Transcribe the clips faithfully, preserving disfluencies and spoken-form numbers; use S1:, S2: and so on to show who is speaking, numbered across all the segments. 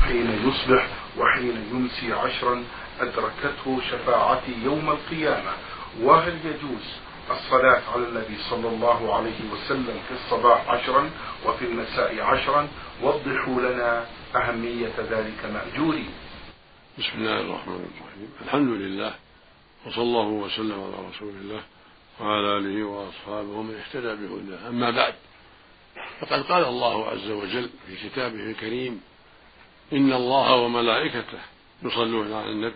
S1: حين يصبح وحين يمسي عشرا أدركته شفاعتي يوم القيامة. وهل يجوز الصلاة على النبي صلى الله عليه وسلم في الصباح عشرا وفي المساء عشرا؟ وضحوا لنا أهمية ذلك مأجورين.
S2: بسم الله الرحمن الرحيم. الحمد لله، وصلى الله وسلم على رسول الله وعلى آله وأصحابه ومن اهتدى بهداه. أما بعد، فقد قال الله عز وجل في كتابه الكريم: إن الله وملائكته يصلون على النبي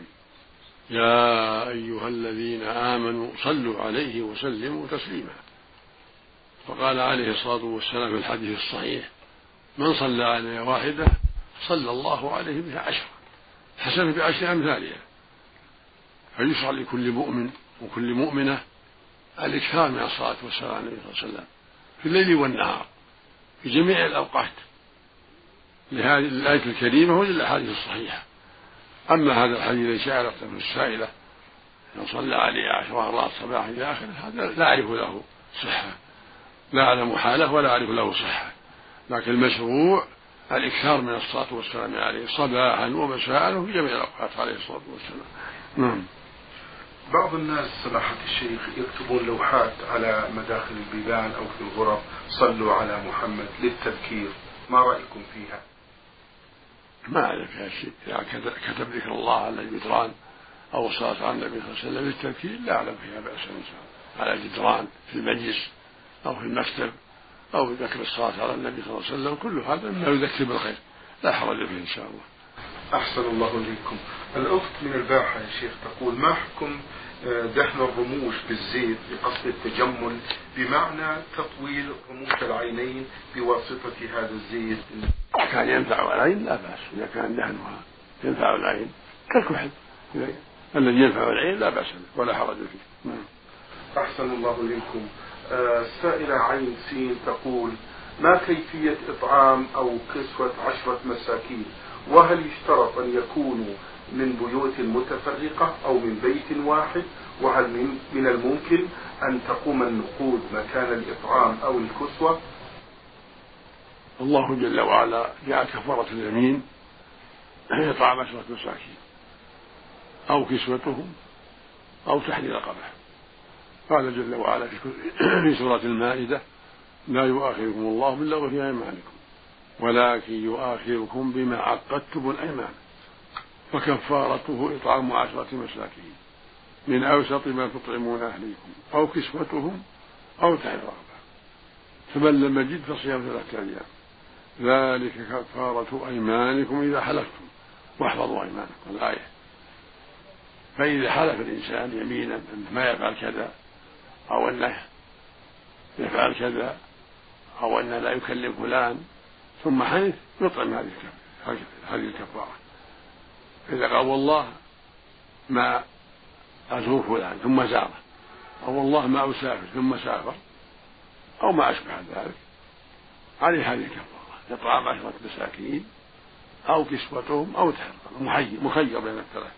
S2: يا أيها الذين آمنوا صلوا عليه وسلموا تسليما. فقال عليه الصلاة والسلام في الحديث الصحيح: من صلى علي واحدة صلى الله عليه بها عشرة، حسن بعشر أمثالها. فيشرع لكل مؤمن وكل مؤمنة الإكثار من الصلاة والسلام على النبي صلى الله عليه وسلم في الليل والنهار في جميع الأوقات لهذه الآية الكريمة وللأحاديث الصحيحة. أما هذا الحديث الذي شاعرته السائلة من صلى عليه عشر مرات صباحا إلى آخره، هذا لا أعرف له صحة، لا أعلم حاله ولا أعرف له صحة، لكن المشروع الإكثار من الصلاة والسلام عليه صباحا ومساء وفي جميع الأوقات عليه الصلاة والسلام. نعم.
S1: بعض الناس سماحة الشيخ يكتبون لوحات على مداخل البيبان أو في الغرف: صلوا على محمد للتذكير، ما رأيكم فيها؟
S2: ما أعرف فيها شيء. يعني كتب ذكر الله على الجدران أو الصلاة على النبي صلى الله عليه وسلم للتذكير لا أعلم فيها بأس إن شاء الله، على الجدران في المجلس أو في المكتب أو ذكر الصلاة على النبي صلى الله عليه وسلم، كل هذا مما يذكر بالخير لا حرج فيه إن شاء الله.
S1: أحسن الله إليكم. الأخت من الباحة يا شيخ تقول: ما حكم دهن الرموش بالزيت بقصد التجمل، بمعنى تطويل رموش العينين بواسطة هذا الزيت؟
S2: كان ينفع العين لا بأس، إذا كان دهنها ينفع العين كالكحل الذي ينفع العين لا بأس ولا حرج فيه.
S1: أحسن الله إليكم. السائلة عين سين تقول: ما كيفية إطعام أو كسوة عشرة مساكين؟ وهل يشترط أن يكونوا من بيوت متفرقة أو من بيت واحد؟ وهل من, من الممكن أن تقوم النقود مكان الإطعام أو الكسوة؟
S2: الله جل وعلا جعل كفارة اليمين إطعام عشرة مساكين أو كسوتهم أو تحرير رقبة. قال جل وعلا في سورة المائدة: لا يؤاخذكم الله باللغو في أيمانكم ولكن يؤاخذكم بما عقدتم الأيمان فكفارته إطعام عشرة مساكين من أوسط ما تطعمون أهليكم أو كسوتهم أو تحرير رقبة، فمن لم يجد فصيام ثلاثة أيام ذلك كفارة أيمانكم إذا حلفتم واحفظوا أيمانكم. الآية. فإذا حلف الإنسان يمينا أنه ما يفعل كذا أو أنه يفعل كذا أو أنه لا يكلم فلان ثم حنث يطعم هذه الكفارة. إذا قال: والله ما أزور فلان ثم زاره، أو والله ما أسافر ثم سافر، أو ما أشبه ذلك، عليه هذه الكفارة: إطعام عشرة مساكين أو كسوتهم أو تحرير، مخير بين الثلاث.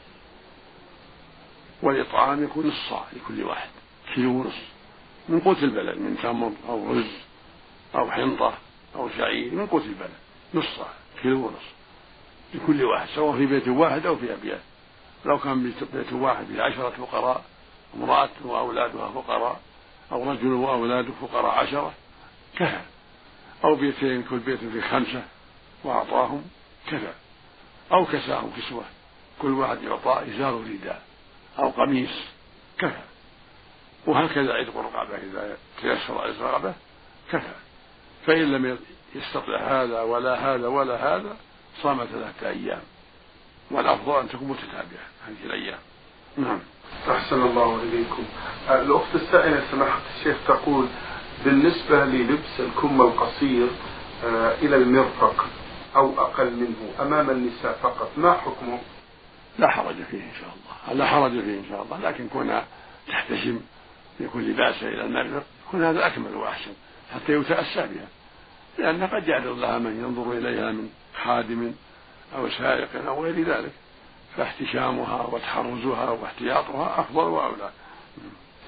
S2: والإطعام يكون نصف صاع لكل واحد، كيلو ونصف من قوت البلد، من تمر أو رز أو حنطة أو شعير، من قوت البلد نصف صاع كيلو ونصف لكل واحد، سواء في بيت واحد أو في أبيات. لو كان بيت واحد في عشرة فقراء، امرأة وأولادها فقراء، أو رجل وأولاده فقراء عشرة كفى، أو بيتين كل بيت في خمسة وأعطاهم كفى، أو كساهم كسوة كل واحد يعطى إزار رداء أو قميص كفى، وهكذا عتق الرقبة إذا تيسر عتق الرقبة كفى. فإن لم يستطع هذا ولا هذا ولا هذا صام ثلاثة أيام، والأفضل أن تكون متتابعة هذه الأيام. نعم.
S1: أحسن الله إليكم. الأخت السائلة سماحة الشيخ تقول: بالنسبة للبس الكم القصير إلى المرفق أو أقل منه أمام النساء فقط، ما حكمه؟
S2: لا حرج فيه إن شاء الله، لا حرج فيه إن شاء الله، لكن كنا تحتشم يكون لباسه إلى المرفق يكون هذا أكمل وأحسن حتى يتأسى بها، لأن قد يعرض لها من ينظر إليها من خادم أو سائق أو غير ذلك، فاحتشامها وتحرزها واحتياطها أفضل وأولى.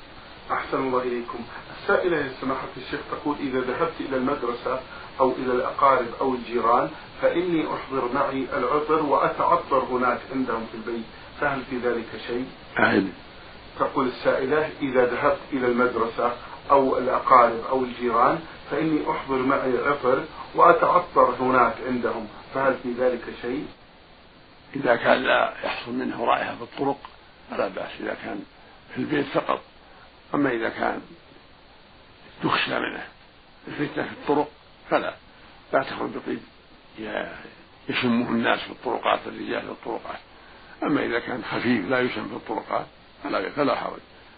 S1: أحسن الله إليكم. السائلة يا سماحة الشيخ تقول إذا ذهبت إلى المدرسة أو إلى الأقارب أو الجيران فإني أحضر معي العطر وأتعطر هناك عندهم في البيت، فهل في ذلك شيء؟
S2: أهل.
S1: تقول السائلة إذا ذهبت إلى المدرسة أو الأقارب أو الجيران فإني أحضر معي عطر وأتعطر هناك عندهم، فهل في ذلك شيء؟
S2: إذا كان لا يحصل منه رائحة في الطرق فلا بأس، إذا كان في البيت فقط. أما إذا كان تخشى منه الفتنة في الطرق فلا لا تخرج بطيب يشمه الناس في الطرقات، الرجال في الطرقات. أما إذا كان خفيف لا يشم في الطرقات فلا, فلا حرج.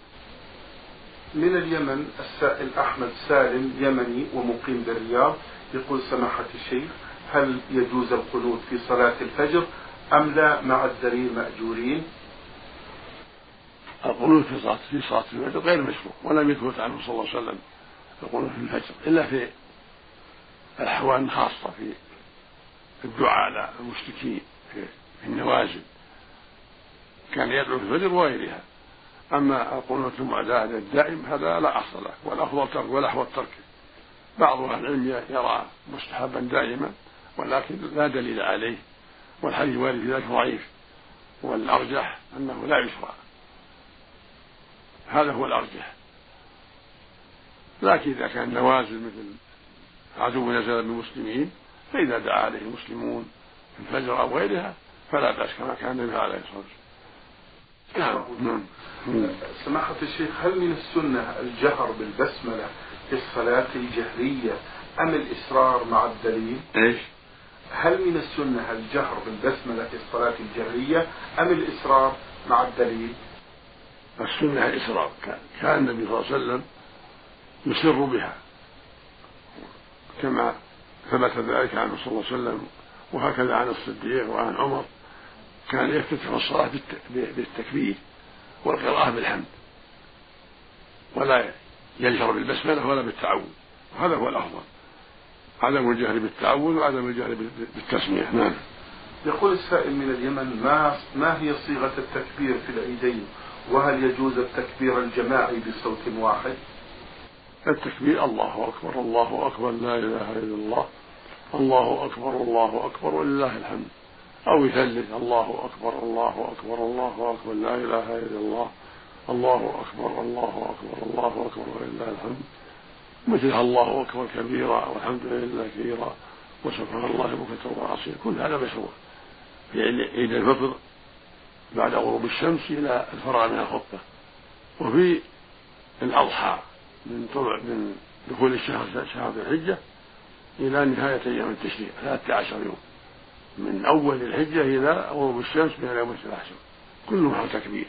S1: من اليمن السائل أحمد سالم يمني ومقيم بالرياض يقول سماحة الشيخ هل يجوز القنوت في صلاة الفجر أم لا مع الدليل مأجورين؟
S2: القنوت في صلاة في صلاة الفجر غير مشروع، ولم يثبت عنه صلى الله عليه وسلم القنوت في الفجر إلا في الأحوال خاصة، في الدعاء على المشركين في النوازل كان يدعو في الفجر وغيرها. أما القنوت المعتاد الدائم هذا لا أصل له، والأفضل ترك والأحوط تركه. بعض أهل العلم يرى مستحبا دائما ولكن لا دليل عليه، والحديث وارد في ذلك ضعيف، والأرجح أنه لا يشرع، هذا هو الأرجح. لكن إذا كان نوازل مثل عدو نزل بالمسلمين فإذا دعا عليه المسلمون في الفجر أو غيرها فلا بأس كما كان النبي عليه الصلاة والسلام.
S1: نعم. سماحة الشيخ هل من السنة الجهر بالبسملة في الصلاة الجهرية أم الإسرار مع الدليل؟
S2: إيش؟
S1: هل من السنة الجهر بالبسملة في الصلاة الجهرية أم الإسرار مع الدليل؟
S2: السنة الإسرار، كان النبي صلى الله عليه وسلم يسر بها كما ثبت ذلك عنه صلى الله عليه وسلم، وهكذا عن الصديق وعن عمر كان يفتتح الصلاة بالتكبير والقراءة بالحمد، ولا يجهر بالبسملة ولا بالتعوذ، وهذا هو الأفضل، عدم الجهر بالتعوذ وعدم الجهر بالتسمية. نعم.
S1: يقول السائل من اليمن ما, ما هي صيغة التكبير في العيدين، وهل يجوز التكبير الجماعي بصوت واحد؟
S2: التكبير الله أكبر الله أكبر لا إله إلا الله الله أكبر الله أكبر ولله الحمد، أو يثلث الله أكبر الله أكبر الله أكبر لا إله إلا الله الله أكبر الله أكبر الله أكبر ولله الحمد، مثلها الله أكبر كبيرا والحمد لله كثيرا وسبحان الله بكرة وأصيلا. كل هذا مشروع في عيد الفطر بعد غروب الشمس إلى الفراغ من الخطبة، وفي الأضحى من طلوع من دخول الشهر شهر الحجة إلى نهاية أيام التشريق ثلاثة عشر يوم، من أول الحجة إلى غروب الشمس من اليوم العاشر، كلها تكبير.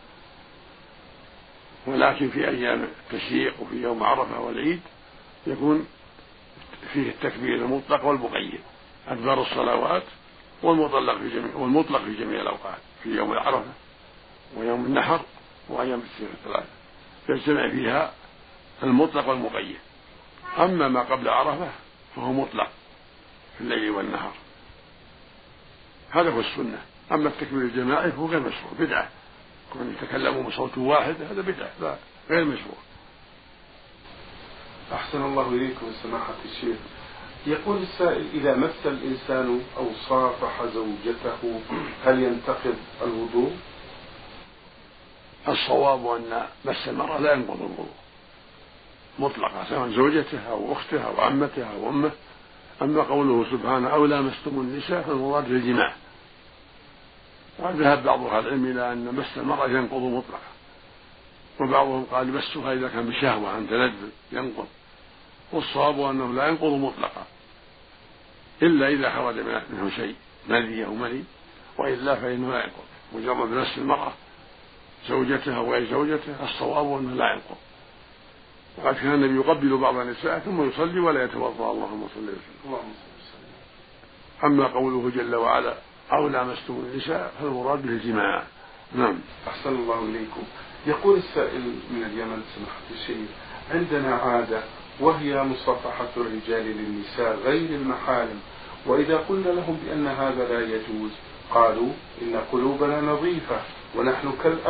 S2: ولكن في أيام التشريق وفي يوم عرفة والعيد يكون فيه التكبير المطلق والمقيد، أدبار الصلوات والمطلق في جميع والمطلق في جميع الأوقات، في يوم العرفة ويوم النحر وأيام التشريق الثلاثة يجتمع فيها المطلق والمقيد. أما ما قبل عرفة فهو مطلق في الليل والنهار، هذا هو السنة. أما التكبير الجماعي فهو غير مشروع، بدعة، كون يتكلموا بصوت واحد هذا بدعة لا غير مشروع.
S1: أحسن الله إليكم سماحة الشيخ. يقول السائل إذا مس الإنسان أو صافح زوجته هل ينتقض الوضوء؟
S2: الصواب أن مس المرأة لا ينقض الوضوء مطلقا، سواء زوجتها أو أختها أو عمتها أو أمه. أما قوله سبحانه أو لامستم النساء فالمراد بالجماع، وذهب بعض أهل العلم إلى أن مس المرأة ينقض مطلقا، وبعضهم قال مسها إذا كان بشهوة عن تلذذ ينقض، والصواب أنه لا ينقض مطلقا إلا إذا خرج منه شيء مذي أو مني، وإلا فإنه لا ينقض. مجرد مس المرأة زوجتها وغير زوجتها الصواب أنه لا ينقض. وقد كان النبي يقبل بعض النساء ثم يصلي ولا يتوضأ. اللهم صل وسلم. أما قوله جل وعلا أو لامستم النساء فالمراد به الجماع. نعم.
S1: أحسن الله إليكم. يقول السائل من اليمن سماحة الشيخ عندنا عادة وهي مصافحة الرجال للنساء غير المحارم، وإذا قلنا لهم بأن هذا لا يجوز قالوا إن قلوبنا نظيفة ونحن كالأهل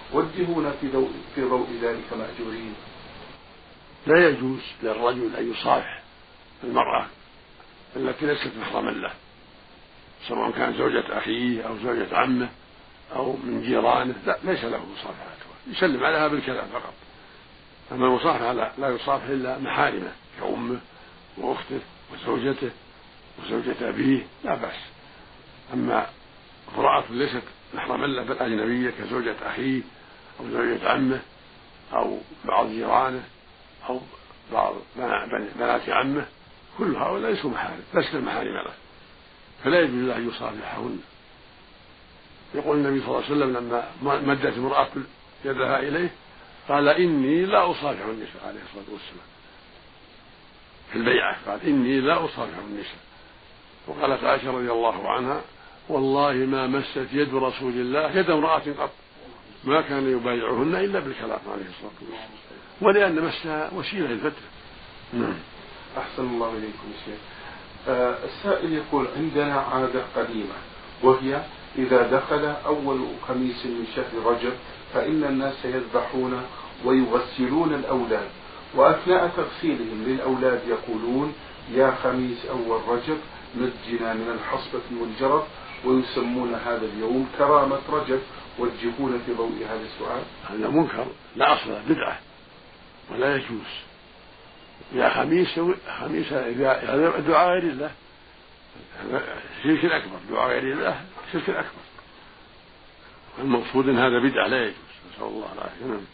S1: وجهونا في ضوء في ضوء ذلك مأجورين.
S2: لا يجوز للرجل أن يصافح المرأة التي ليست محرما له، سواء كان زوجة أخيه أو زوجة عمه أو من جيرانه، لا ليس له مصافحتها، يسلم عليها بالكلام فقط. أما المصافحة لا, لا يصافح إلا محارمه كأمه وأخته وزوجته وزوجة أبيه لا بأس. أما امرأة ليست محرما له بل أجنبية كزوجة أخيه أو زوجة عمه أو بعض جيرانه أو بعض بنات عمه، كل هؤلاء ليسوا محارم، لسنا محارم له، فلا يجوز له أن يصافحهن. يقول النبي صلى الله عليه وسلم لما مدت امرأة يدها إليه قال إني لا أصافح النساء عليه الصلاة والسلام في البيعة، قال إني لا أصافح النساء. وقالت عائشة رضي الله عنها والله ما مست يد رسول الله يد امرأة قط، ما كان يبايعهن إلا بالكلام عليه الصلاة والسلام، ولأن مسها وسيلة للفترة. نعم.
S1: أحسن الله إليكم شيخ. آه السائل يقول عندنا عادة قديمة، وهي إذا دخل أول خميس من شهر رجب فإن الناس يذبحون ويغسلون الأولاد، وأثناء تغسيلهم للأولاد يقولون يا خميس أول رجب نجنا من الحصبة والجرب، ويسمون هذا اليوم كرامة رجب. وجهونا في ضوء هذا السؤال.
S2: هذا منكر لا أصل، بدعة ولا يجوز. يا خميس خميس إذا دعاء غير الله شرك أكبر، دعاء غير الله شرك أكبر. المقصود أن هذا بدعة لا يجوز، نسأل الله العافية.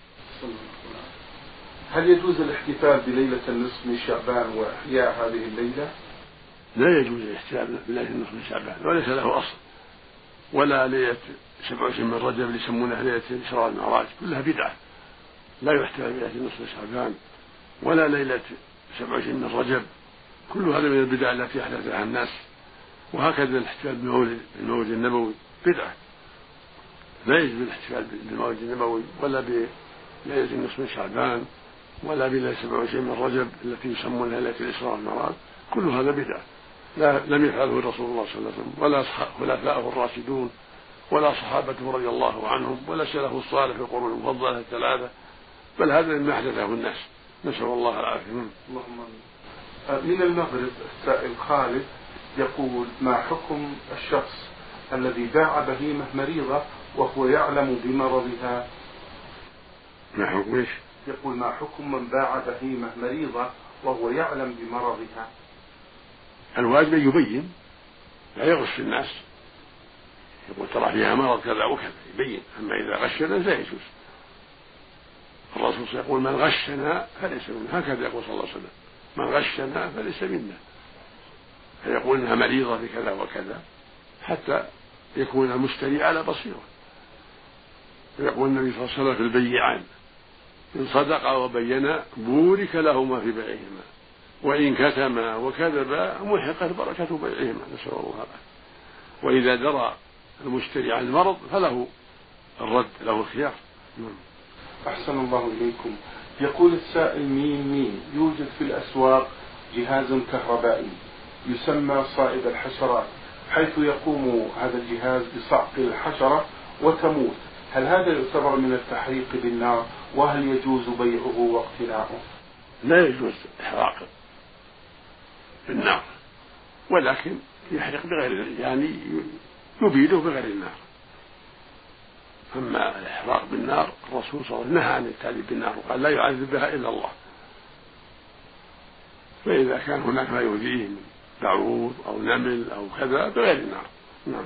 S1: هل يجوز الاحتفال بليلة النصف من شعبان وإحياء هذه الليلة؟
S2: لا يجوز الاحتفال بليلة النصف من شعبان، وليس له أصل، ولا ليلة سبع وعشرين من رجب اللي يسمونها ليلة الإسراء والمعراج، كلها بدعة. لا يحتفل بليلة النصف من شعبان ولا ليلة سبع وعشرين من رجب، كل هذا من البدع التي أحدثها الناس. وهكذا الاحتفال بالمولد النبوي بدعة، لا يجوز الاحتفال بالمولد النبوي ولا بليلة النصف من شعبان ولا بليلة سبع وعشرين من رجب التي يسمونها ليلة الإسراء والمعراج، كل هذا بدعة لا لم يفعله رسول الله صلى الله عليه وسلم ولا خلفاءه الراشدون ولا صحابته رضي الله عنهم ولا سلف الصالح في القرون المفضلة الثلاثة، بل هذا مما أحدثه الناس، نسأل الله العافية.
S1: اللهم من المغرب السائل خالد يقول ما حكم الشخص الذي باع بهيمة مريضة وهو يعلم بمرضها؟
S2: ما حكم ايش؟
S1: يقول ما حكم من باع بهيمة مريضة وهو يعلم بمرضها؟
S2: الواجب يبين، لا يغش الناس، يقول ترى فيها مرض كذا وكذا، يبين. أما إذا غشنا لا يجوز. الرسول يقول من غشنا فليس منا، هكذا يقول صلى الله عليه وسلم، من غشنا فليس منا، فيقول انها مريضة بكذا وكذا حتى يكون المشتري على بصيرة. يقول النبي صلى الله عليه وسلم في البيعان إن صدقا وبينا بورك لهما في بيعهما وإن كتما وكذبا محقت بركة بيعهما، نسأل الله العافية. وإذا درى المشتري عن المرض فله الرد، له الخيار.
S1: أحسن الله إليكم. يقول السائل مين مين يوجد في الأسواق جهاز كهربائي يسمى صائد الحشرات، حيث يقوم هذا الجهاز بصعق الحشرة وتموت، هل هذا يعتبر من التحريق بالنار؟ وهل يجوز بيعه واقتناؤه؟
S2: لا يجوز إحراق بالنار، ولكن يحرق بغير، يعني يبيده بغير النار. أما الإحراق بالنار الرسول صلى الله عليه وسلم نهى عن التعذيب بالنار وقال لا يعذب بها إلا الله. فإذا كان هناك ما يؤذيه من بعوض أو نمل أو كذا بغير النار. نعم.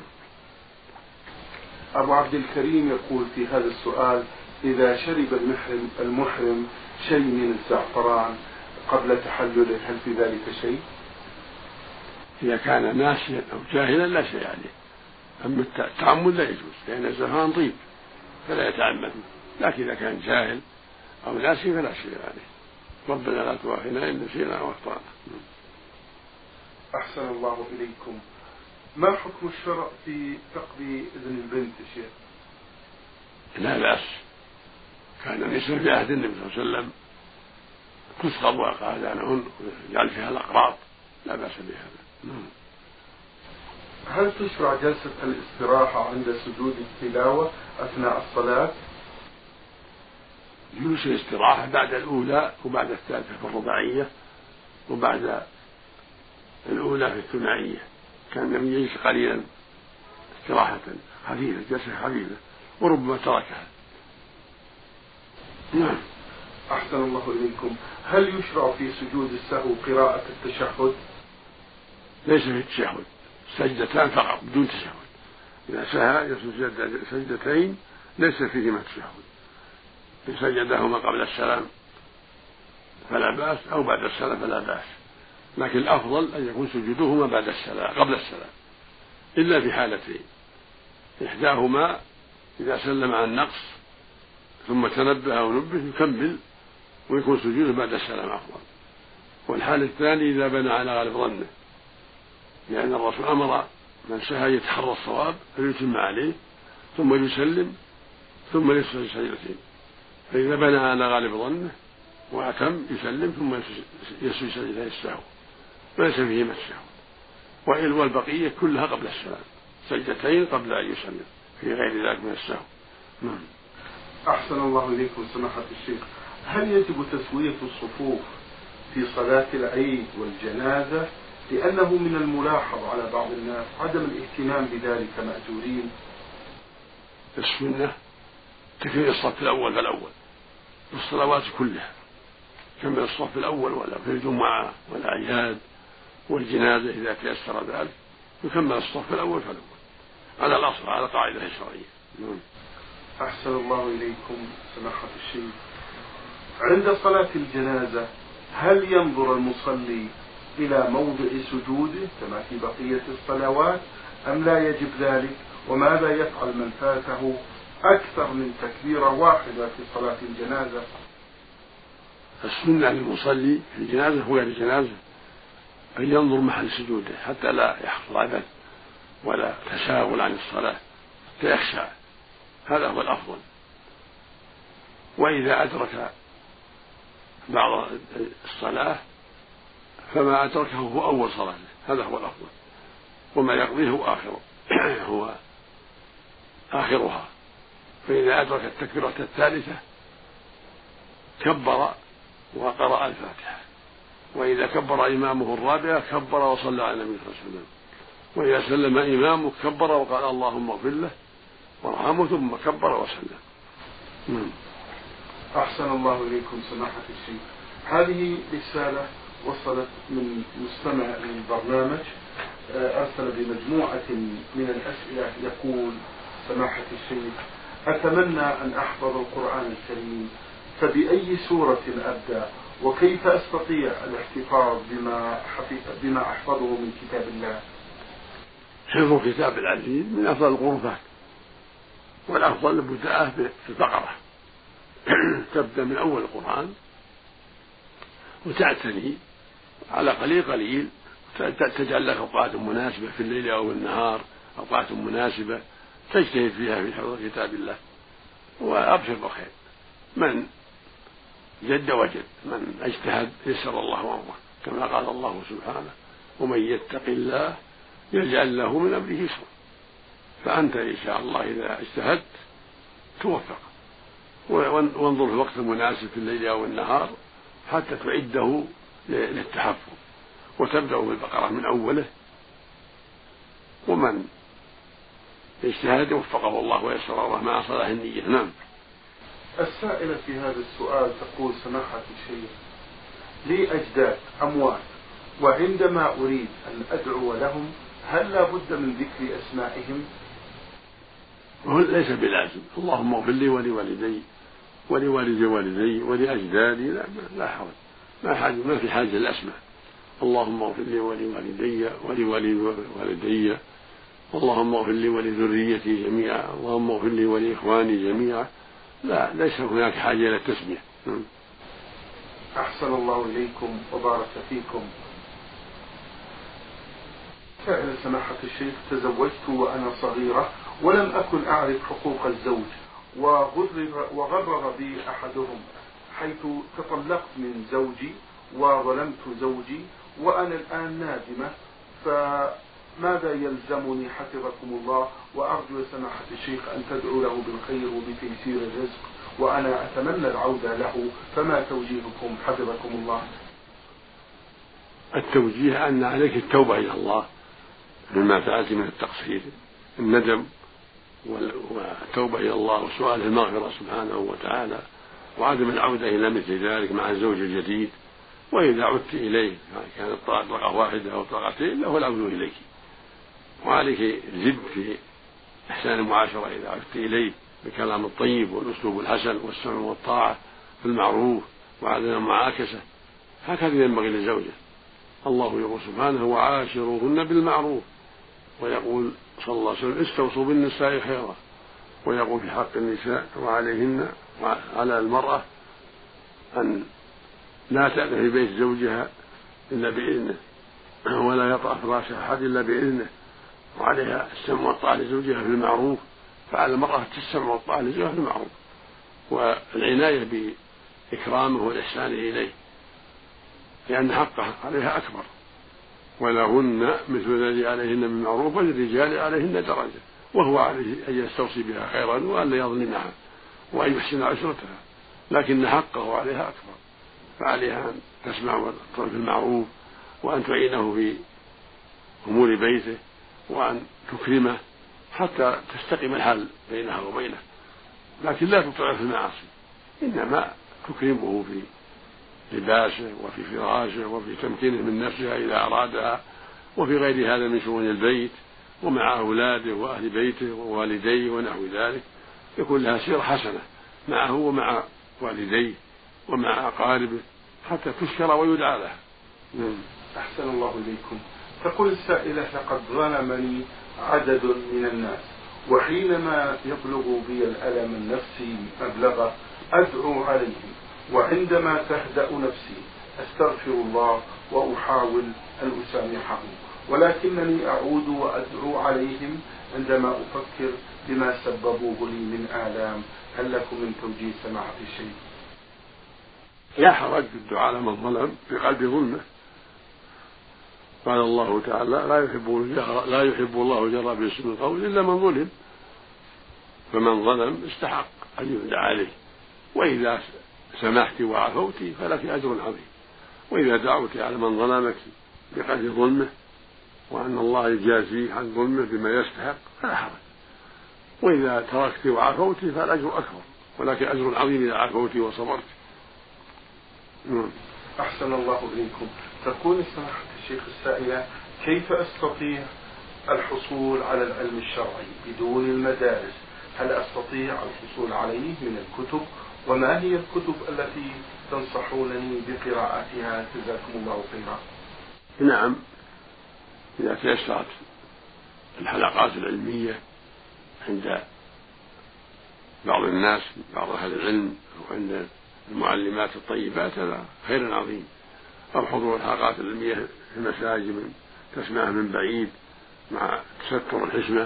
S1: أبو عبد الكريم يقول في هذا السؤال إذا شرب المحرم, المحرم شيء من الزعفران قبل تحلله هل في ذلك شيء؟
S2: إذا كان ناسيا أو جاهلا لا شيء عليه. أما التعمد لا يجوز لأن الزعفران طيب فلا يتعمد، لكن إذا كان جاهل أو ناسي فلا شيء عليه. ربنا لا تؤاخذنا إن نسينا أو أخطأنا.
S1: أحسن الله إليكم. ما حكم الشرع في تقضي إذن البنت يا شيخ؟
S2: لا بأس، كان النساء في عهد النبي صلى الله عليه وسلم تسقط وأذانهن ويجعل فيها الأقراط، لا بأس بهذا.
S1: هل تشرع جلسة الاستراحة عند سجود التلاوة أثناء الصلاة؟
S2: جلوس الاستراحة بعد الأولى وبعد الثالثة في الرباعية وبعد الأولى في الثنائية، كان النبي يجلس قليلا استراحة خفيفة، جلسة خفيفة، وربما تركها. نعم.
S1: أحسن الله إليكم. هل يشرع في سجود السهو قراءة التشهد؟
S2: ليس في التشهد، سجدتان فقط بدون تشهد. إذا سهى يسجد سجدتين ليس فيهما تشهد، إن سجدهما قبل السلام فلا بأس أو بعد السلام فلا بأس، لكن الأفضل أن يكون سجودهما بعد السلام قبل السلام، إلا في حالتين: إحداهما إذا سلم عن النقص ثم تنبه أو نبه يكمل ويكون سجوده بعد السلام أفضل، والحالة الثانية إذا بنى على غالب ظنه، لأن الرسول أمر من سهى يتحرى الصواب فيتم عليه ثم يسلم ثم يسجد سجدتين، فإذا بنى على غالب ظنه وأتم يسلم ثم يسجد سجدتين السهو ليس فيهما السهو، والبقية كلها قبل السلام، سجدتين قبل أن يسلم في غير ذلك من السهو. نعم.
S1: أحسن الله إليكم سماحة الشيخ. هل يجب تسوية الصفوف في صلاة العيد والجنازة؟ لأنه من الملاحظ على بعض الناس عدم الاهتمام بذلك مأجورين.
S2: السنة تكمل الصف الأول فالأول في الصلوات كلها، كمل الصف الأول ولا في الجمعة والأعياد والجنازة إذا تيسر ذلك يكمل الصف الأول فالأول على الأصل على قاعدة شرعية.
S1: أحسن الله إليكم سماحة الشيخ. عند صلاة الجنازة هل ينظر المصلي إلى موضع سجوده كما في بقية الصلوات أم لا يجب ذلك؟ وماذا يفعل من فاته أكثر من تكبيرة واحدة في صلاة الجنازة؟
S2: السنة للمصلي في الجنازة وغير الجنازة أن ينظر محل سجوده حتى لا يحصل عبث ولا تشاغل عن الصلاة فيخشى، هذا هو الأفضل. وإذا أدرك بعض الصلاة فما أدركه هو أول صلاة، هذا هو الأفضل، وما يقضيه هو آخر هو آخرها. فإذا أدرك التكبيرة الثالثة كبر وقرأ الفاتحة، وإذا كبر إمامه الرابعة كبر وصلى على النبي صلى الله عليه وسلم، وإذا سلم إمامه كبر وقال اللهم اغفر له وارحمه ثم كبر وسلم.
S1: أحسن الله إليكم سماحة الشيخ. هذه رسالة وصلت من مستمع للبرنامج أرسل بمجموعة من الأسئلة يقول: سماحة الشيخ، أتمنى أن أحفظ القرآن الكريم، فبأي سورة أبدأ؟ وكيف أستطيع الاحتفاظ بما, بما أحفظه من كتاب الله؟
S2: حفظ كتاب العزيز من أفضل القربات، والأفضل البداءة بالبقرة تبدأ من أول القرآن وتعتني على قليل قليل، تجعل لك أوقات مناسبة في الليل أو النهار، أوقات مناسبة تجتهد فيها في حفظ كتاب الله، وأبشر بخير. من جد وجد، من اجتهد يسر الله أمره، كما قال الله سبحانه: ومن يتق الله يجعل له من أمره يسرا. فأنت إن شاء الله إذا اجتهدت توفق، وانظر في الوقت المناسب في الليل أو النهار حتى تعده للتحفظ، وتبدأ بالبقرة من أوله، ومن اجتهد وفقه الله ويسر الله مع صلاح النية. نعم.
S1: السائلة في هذا السؤال تقول: سماحة الشيخ، لي أجداد أموات، وعندما أريد أن أدعو لهم هل لا بد من ذكر أسمائهم؟
S2: ليس بلازم. اللهم اغفر لي ولوالدي ولوالدي والدي ولأجدادي، لا لا حول، ما حاجة، ما في حاجة للأسماء. اللهم اغفر لي ولوالدي ولوالدي، اللهم اغفر لي ولذريتي جميعا، اللهم اغفر لي ولإخواني جميعا، لا ليس هناك حاجة إلى التسمية.
S1: أحسن الله إليكم وبارك فيكم. سائل سماحة الشيخ: تزوجت وأنا صغيرة ولم أكن أعرف حقوق الزوج، وغرر, وغرر بي أحدهم حيث تطلقت من زوجي وظلمت زوجي، وأنا الآن نادمة، فماذا يلزمني حفظكم الله؟ وأرجو سماحة الشيخ أن تدعو له بالخير وبتيسير الرزق وأنا أتمنى العودة له، فما توجيهكم حفظكم الله؟
S2: التوجيه أن عليك التوبة إلى الله مما فعلت من التقصير، الندم والتوبة إلى الله وسؤال المغفرة سبحانه وتعالى، وعدم العودة إلى مثل ذلك مع الزوج الجديد. وإذا عدت إليه كانت طلقة واحدة أو طلقتين له العود إليك، وعليك الجد في إحسان المعاشرة إذا عدت إليه بالكلام الطيب والأسلوب الحسن والسمع والطاعة في المعروف وعدم المعاكسة. هكذا ينبغي للزوجة. الله يقول سبحانه وعاشروهن بالمعروف، ويقول صلى الله عليه وسلم استوصوا بالنساء خيرا، ويقول في حق النساء وعليهن على المرأة أن لا تأذن في بيت زوجها إلا بإذنه، ولا يطأ فراش أحد إلا بإذنه، وعليها السمع والطاعة لزوجها في المعروف، فعلى المرأة السمع والطاعة لزوجها في المعروف، والعناية بإكرامه والإحسان إليه، لأن حقه عليها أكبر، ولهن مثل الذي عليهن بالمعروف وللرجال عليهن درجة، وهو عليه أن يستوصي بها خيرا وأن لا يظلمها وأن يحسن عشرتها، لكن حقه عليها أكبر، فعليها أن تسمع وتطلب في المعروف، وأن تعينه في أمور بيته، وأن تكرمه حتى تستقيم الحال بينها وبينه، لكن لا تطيع في المعاصي، إنما تكرمه في لباسه وفي فراشه وفي تمكينه من نفسها إذا أرادها، وفي غير هذا من شؤون البيت ومع أولاده وأهل بيته ووالديه ونحو ذلك، يكون لها سيرة حسنة معه ومع والديه ومع أقاربه حتى تشكر ويدعى لها.
S1: أحسن الله إليكم. تقول السائلة لقد ظلمني عدد من الناس، وحينما يبلغ بي الألم النفسي مبلغه أدعو عليهم، وعندما تهدأ نفسي أستغفر الله وأحاول أن أسامحهم، ولكنني أعود وأدعو عليهم عندما أفكر بما سببوه لي من آلام. هل لكم من توجيه سماحة الشيخ؟
S2: لا حرج في الدعاء لمن ظلم في قلب ظلمه. قال الله تعالى لا يحب لا يحب الله جرى باسم القول إلا من ظلم، فمن ظلم استحق أن يدعى عليه، وإذا سمحت وعفوت فلك أجر عظيم، وإذا دعوت على من ظلمك بقدر ظلمه وأن الله يجازيه عن ظلمه بما يستحق فلا حرج، وإذا تركت وعفوت فالأجر أكبر، ولكن أجر عظيم إذا عفوت وصبرت.
S1: أحسن الله إليكم. تقول سماحة الشيخ السائلة كيف أستطيع الحصول على العلم الشرعي بدون المدارس؟ هل أستطيع الحصول عليه من الكتب؟ وما هي الكتب التي تنصحونني بقراءتها جزاكم الله خيرا؟
S2: نعم، إذا تيسرت الحلقات العلمية عند بعض الناس بعض أهل العلم أو عند المعلمات الطيبات هذا خير عظيم، أو حضور الحلقات العلمية في المساجد من تسمعها من بعيد مع تستر الحشمة،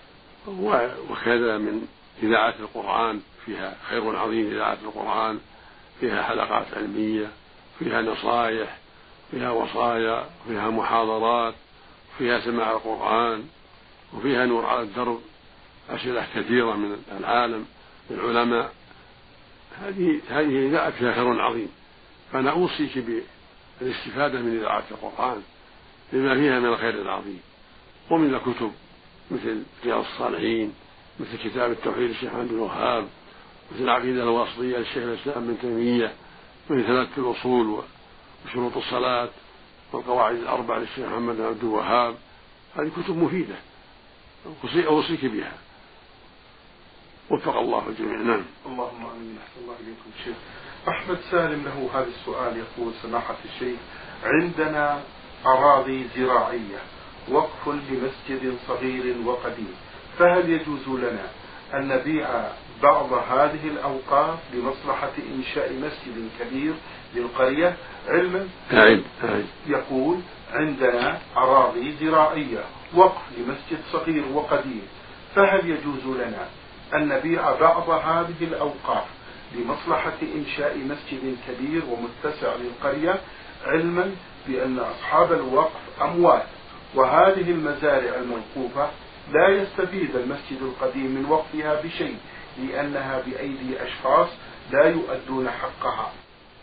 S2: وكذا من إذاعة القرآن فيها خير عظيم، إذاعة القرآن فيها حلقات علمية فيها نصائح فيها وصايا فيها محاضرات فيها سماع القرآن، وفيها نور على الدرب أسئلة كثيرة من العالم العلماء. هذه هذه إذاعة فيها خير عظيم، فأنا أوصيك بالاستفادة من إذاعة القرآن لما فيها من الخير العظيم، ومن الكتب مثل رياض الصالحين، مثل كتاب التوحيد للشيخ عبد الوهاب، مثل العقيدة الواسطية للشيخ الإسلام ابن تيمية، مثل ثلاثة الأصول وشروط الصلاة والقواعد الأربع للشيخ محمد بن عبد الوهاب. هذه كتب مفيدة أوصيك بها، وفق الله الجميع. نعم.
S1: اللهم آمين. أحسن الله إليكم شيخ. أحمد سالم له هذا السؤال، يقول سماحة الشيخ عندنا أراضي زراعية وقف لمسجد صغير وقديم، فهل يجوز لنا أن نبيع بعض هذه الأوقاف لمصلحة إنشاء مسجد كبير للقرية؟ علما يقول عندنا أراضي زراعية وقف لمسجد صغير وقديم، فهل يجوز لنا أن نبيع بعض هذه الأوقاف لمصلحة إنشاء مسجد كبير ومتسع للقرية، علما بأن أصحاب الوقف أموات، وهذه المزارع الموقوفة لا يستفيد المسجد القديم من وقفها بشيء، لأنها بأيدي أشخاص لا يؤدون حقها؟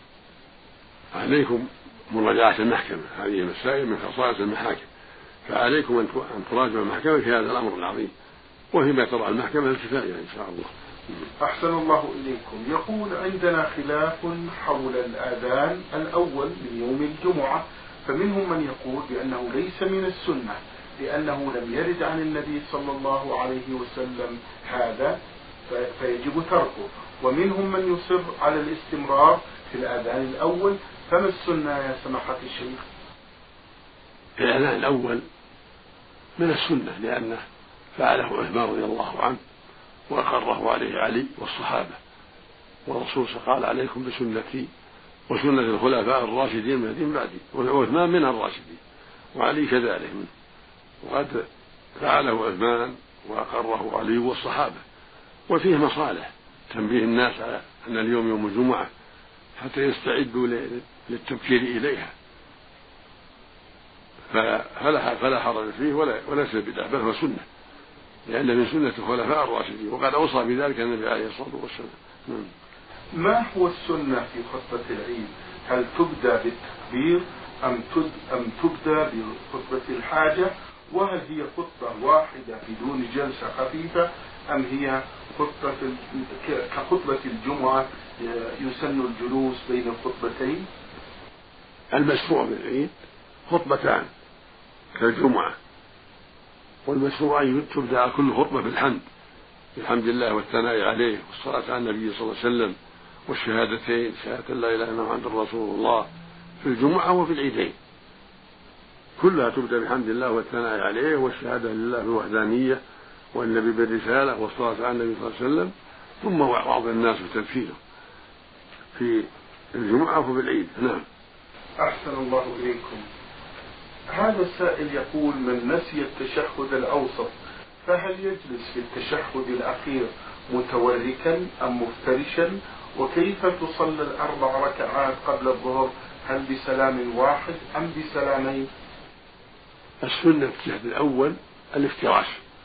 S2: عليكم مراجعة المحكمة، هذه مسائل من خصائص المحاكم، فعليكم أن تراجعوا المحكمة في هذا الأمر العظيم، وفيما ترى المحكمة الكفاية إن شاء الله.
S1: أحسن الله إليكم. يقول عندنا خلاف حول الآذان الأول من يوم الجمعة، فمنهم من يقول بأنه ليس من السنة لأنه لم يرد عن النبي صلى الله عليه وسلم هذا فيجب تركه، ومنهم من يصر على الاستمرار في الآذان الأول، فما السنة يا سماحة الشيخ؟
S2: الآذان الأول من السنة لأنه فعله عثمان رضي الله عنه وأقره عليه علي والصحابة، والرسول قال عليكم بسنتي وسنة الخلفاء الراشدين من دين بعدي، وعثمان من الراشدين وعلي كذلك منه، وقد فعله عثمان وأقره علي والصحابة، وفيه مصالح تنبيه الناس على أن اليوم يوم الجمعة حتى يستعدوا للتبكير إليها، فلا فلا حرج فيه ولا وليس بدعة بل هو سنة لأن من سنة الخلفاء الراشدين، وقد أوصى بذلك النبي عليه الصلاة والسلام.
S1: ما هو السنة في خطبة العيد؟ هل تبدأ بالتكبير أم أم تبدأ بخطبة الحاجة؟ وهل هي خطبة واحدة بدون جلسة خفيفة أم هي خطبة كخطبة الجمعة يسن الجلوس بين الخطبتين؟
S2: المشروع بالعيد خطبتان كالجمعة، والمشروع أن تبدأ كل خطبة بالحمد بالحمد لله والثناء عليه والصلاة على النبي صلى الله عليه وسلم والشهادتين، شهادة لا إله إلا الله محمد رسول الله في الجمعة وفي العيدين، كلها تبدأ بحمد الله والثناء عليه والشهادة لله بالوحدانية والنبي بالرسالة والصلاة على النبي صلى الله عليه وسلم، ثم وعظ الناس بتذكيره في الجمعة وفي العيد. نعم.
S1: أحسن الله إليكم. هذا السائل يقول من نسي التشهد الأوسط فهل يجلس في التشهد الأخير متوركا أم مفترشا؟ وكيف تصلى الأربع ركعات قبل الظهر؟ هل بسلام واحد أم بسلامين؟
S2: السنة في التشهد الأول الافتراش،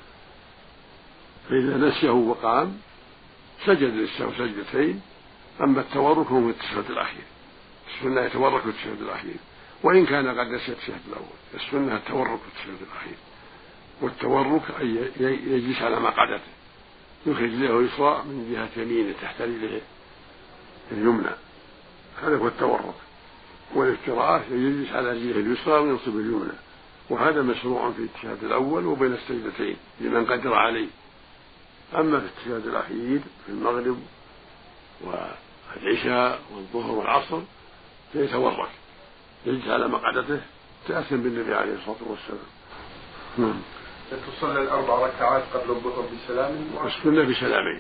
S2: فإذا نسيه وقام سجد للسهو سجدتين، أما التورك هو في التشهد الأخير، السنة يتورك في التشهد الأخير وإن كان قد نسي التشهد الأول، السنة التورك في التشهد الأخير، والتورك أن يجلس على مقعدته يخرج رجله اليسرى من جهة يمينه تحت رجله اليمنى، هذا هو التورك، والافتراش يجلس على رجله اليسرى وينصب اليمنى، وهذا مشروع في التشهد الأول وبين السجدتين لمن قدر عليه. أما في التشهد الأخير في المغرب والعشاء والظهر والعصر فيتورك يجلس على مقعدته تأثم بالنبي عليه الصلاة والسلام.
S1: تصلي الأربع ركعات قبل الظهر بسلام
S2: والسنة بسلامين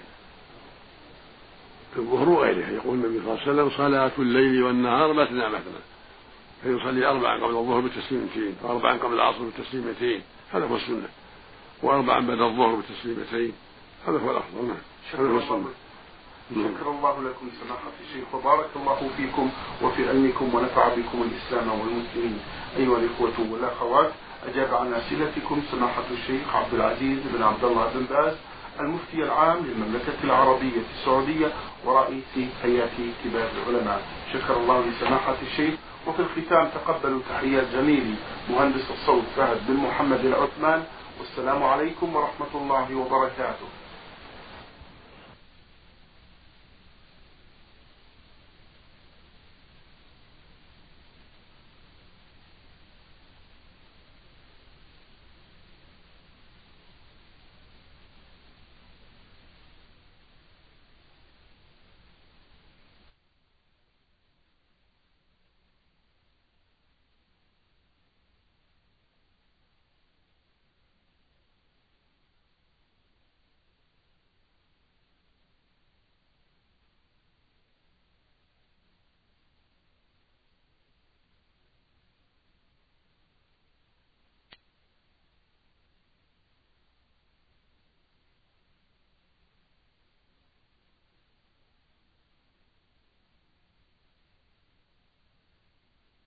S2: في الظهر وغيرها، يقول النبي صلى الله عليه وسلم صلاة الليل والنهار مثنى مثنى، فيصلي أربعا قبل الظهر بتسليمتين وأربعا قبل العصر بتسليمتين، هذا هو السنة، وأربعا بعد الظهر بتسليمتين، هذا هو الأفضل.
S1: شكرا, شكر الله لكم سماحة الشيخ وبارك الله فيكم وفي علمكم ونفع بكم الإسلام والمسلمين. أيها الإخوة والأخوات، أجاب عن أسئلتكم سماحة الشيخ عبد العزيز بن عبد الله بن باز المفتي العام للمملكة العربية السعودية ورئيس هيئة كبار العلماء. شكر الله لسماحة الشيخ. وفي الختام تقبلوا تحيات زميلي مهندس الصوت فهد بن محمد العثمان، والسلام عليكم ورحمة الله وبركاته.